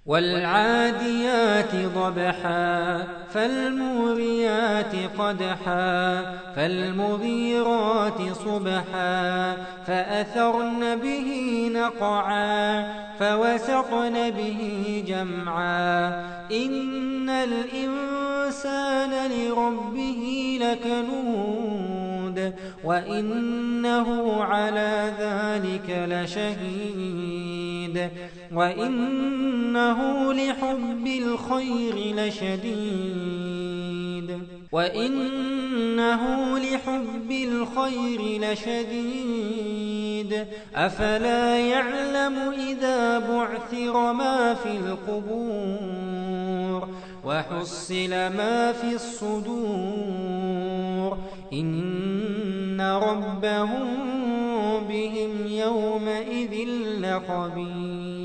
والعاديات ضبحا فالموريات قدحا فالمغيرات صبحا فأثرن به نقعا فوسطن به جمعا إن الإنسان لربه لكنود وإنه على ذلك لشهيد وإنه لحب الخير لشديد أفلا يعلم إذا بعثر ما في القبور وحصل ما في الصدور إن ربهم بهم يومئذ لخبير